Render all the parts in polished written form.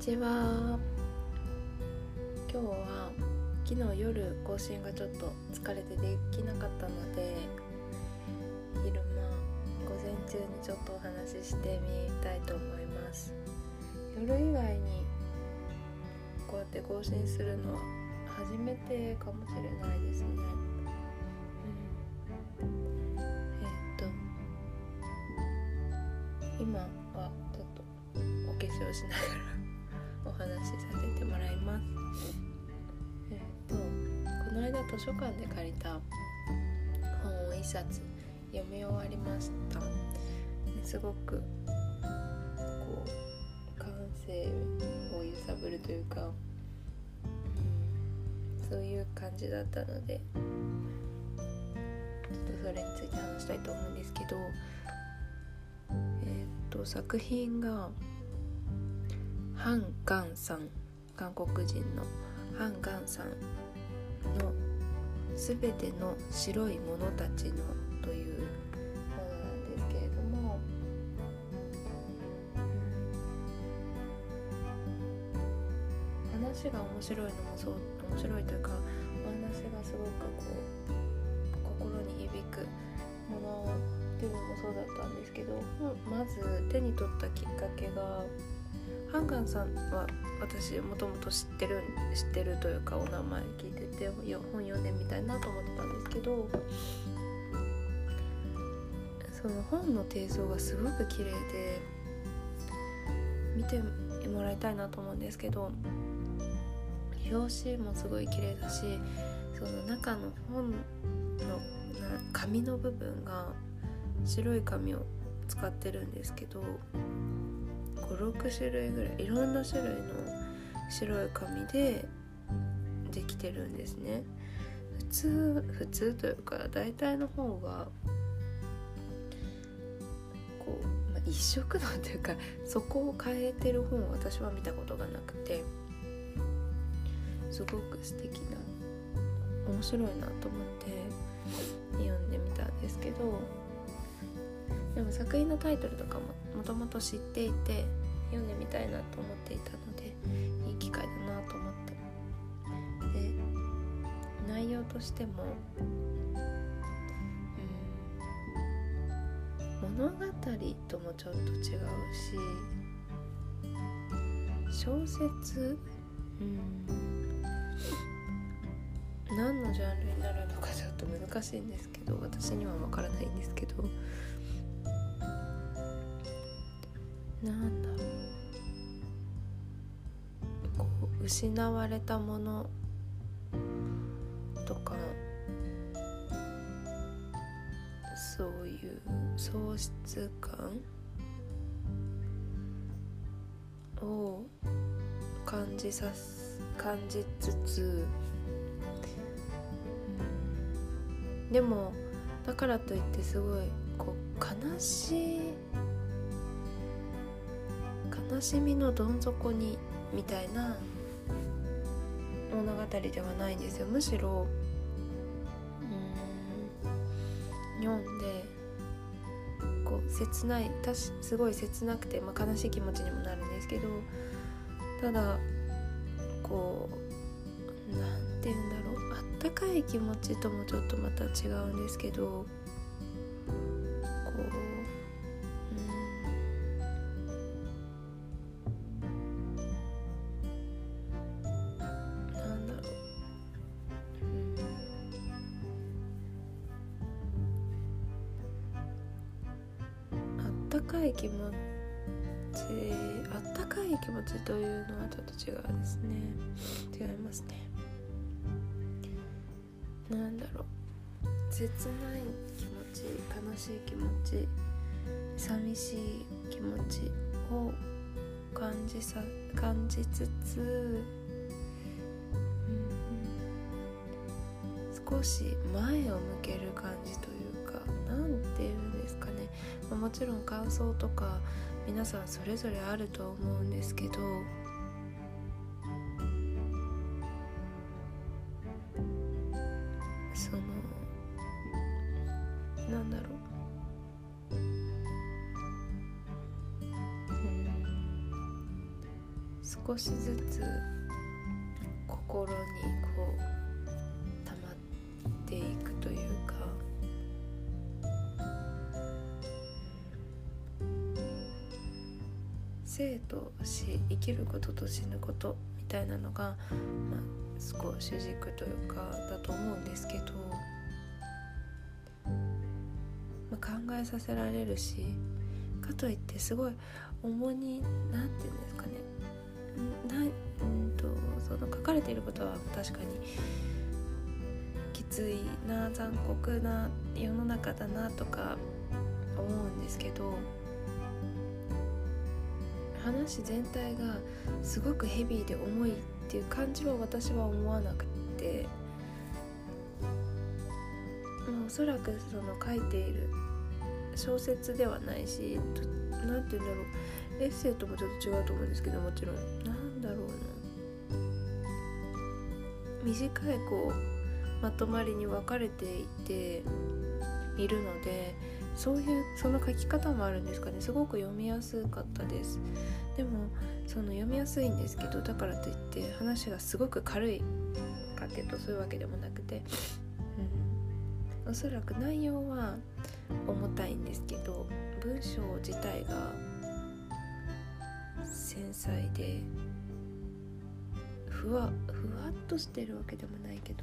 ちは。今日は昨日夜更新がちょっと疲れてできなかったので、昼間午前中にちょっとお話ししてみたいと思います。夜以外にこうやって更新するのは初めてかもしれないですね。今はちょっとお化粧しながらお話しさせてもらいます。この間図書館で借りた本を一冊読み終わりました。すごく感性を揺さぶるというか、そういう感じだったので、ちょっとそれについて話したいと思うんですけど、作品がハン・ガンさん、韓国人のハン・ガンさんのすべての白いものたちのというものなんですけれども、話が面白いのもそう、面白いというか、お話がすごく心に響くものっていうのもそうだったんですけど、まず手に取ったきっかけが、ハンガンさんは私もともと知ってるというか、お名前聞いてて本読んでみたいなと思ってたんですけど、その本の提供がすごく綺麗で見てもらいたいなと思うんですけど、表紙もすごい綺麗だし、その中の本の紙の部分が白い紙を使ってるんですけど、5、6種類ぐらいいろんな種類の白い紙でできてるんですね。普通というか大体の方が一色のというか、そこを変えてる本を私は見たことがなくて、すごく素敵な、面白いなと思って読んでみたんですけど、でも作品のタイトルとかもともと知っていて読んでみたいなと思っていたので、いい機会だなと思って、で内容としても物語ともちょっと違うし、小説、何のジャンルになるのかちょっと難しいんですけど、私には分からないんですけど、なんだろう、失われたものとか、そういう喪失感を感じつつ、でもだからといってすごい悲しみのどん底にみたいな物語ではないんですよ。むしろ読んで切ない、すごい切なくて、悲しい気持ちにもなるんですけど、ただなんていうんだろう、あったかい気持ちともちょっとまた違うんですけど、あったかい気持ちというのはちょっと違うんですね。違いますね。なんだろう、切ない気持ち、悲しい気持ち、寂しい気持ちを感じつつ、少し前を向ける感じというか、なんていうんですかね、もちろん感想とか皆さんそれぞれあると思うんですけど、なんだろう、 少しずつ心にこう溜まっていくというか、生と死、生きることと死ぬことみたいなのが、少し主軸というかだと思うんですけど、考えさせられるし、かといってすごい重になんていうんですかね、その書かれていることは確かにきついな、残酷な世の中だなとか思うんですけど、話全体がすごくヘビーで重いっていう感じは私は思わなくて、おそらくその書いている小説ではないし、なんていうんだろう、エッセイともちょっと違うと思うんですけど、もちろんなんだろうな、短いこうまとまりに分かれていているので、その書き方もあるんですかね。すごく読みやすかったです。でもその読みやすいんですけど、だからといって話がすごく軽いかっていうとそういうわけでもなくて、おそらく内容は重たいんですけど、文章自体が繊細でふわっとしてるわけでもないけど、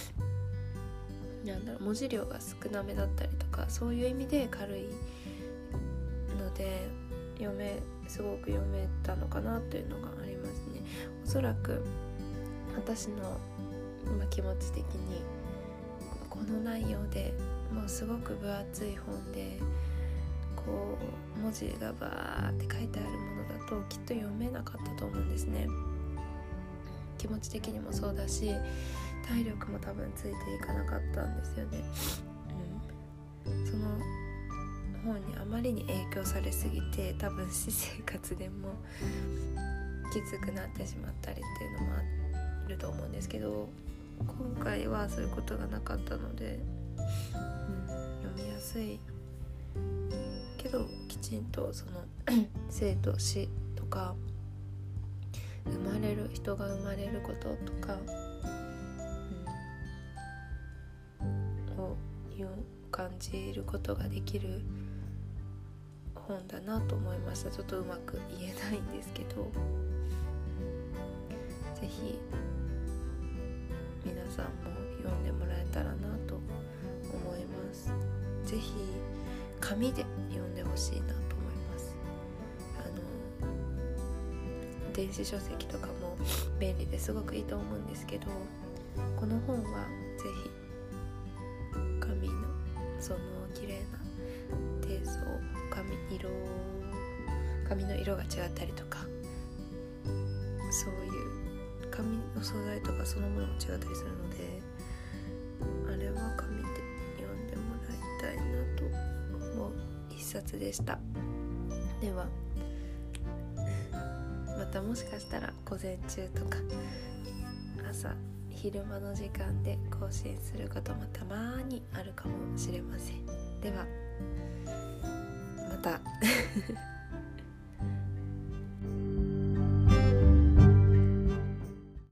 文字量が少なめだったりとか、そういう意味で軽いのですごく読めたのかなというのがありますね。おそらく私の、気持ち的にこの内容でもうすごく分厚い本でこう文字がバーって書いてあるものだときっと読めなかったと思うんですね。気持ち的にもそうだし、体力も多分ついていかなかったんですよね。その本にあまりに影響されすぎて、多分私生活でもきつくなってしまったりっていうのもあると思うんですけど、今回はそういうことがなかったので、読みやすいけどきちんとその生と死とか人が生まれることとか、を感じることができる本だなと思いました。ちょっとうまく言えないんですけど、ぜひ皆さんも読んでもらえたらなと思います。ぜひ紙で読んでほしいなと思います。電子書籍とかも便利ですごくいいと思うんですけど、この本はぜひ紙のその綺麗な低層、紙の色が違ったりとか、そういう紙の素材とかそのものも違ったりするので、あれは紙で読んでもらいたいなと思う一冊でした。ではまたもしかしたら午前中とか朝昼間の時間で更新することもたまにあるかもしれません。ではまた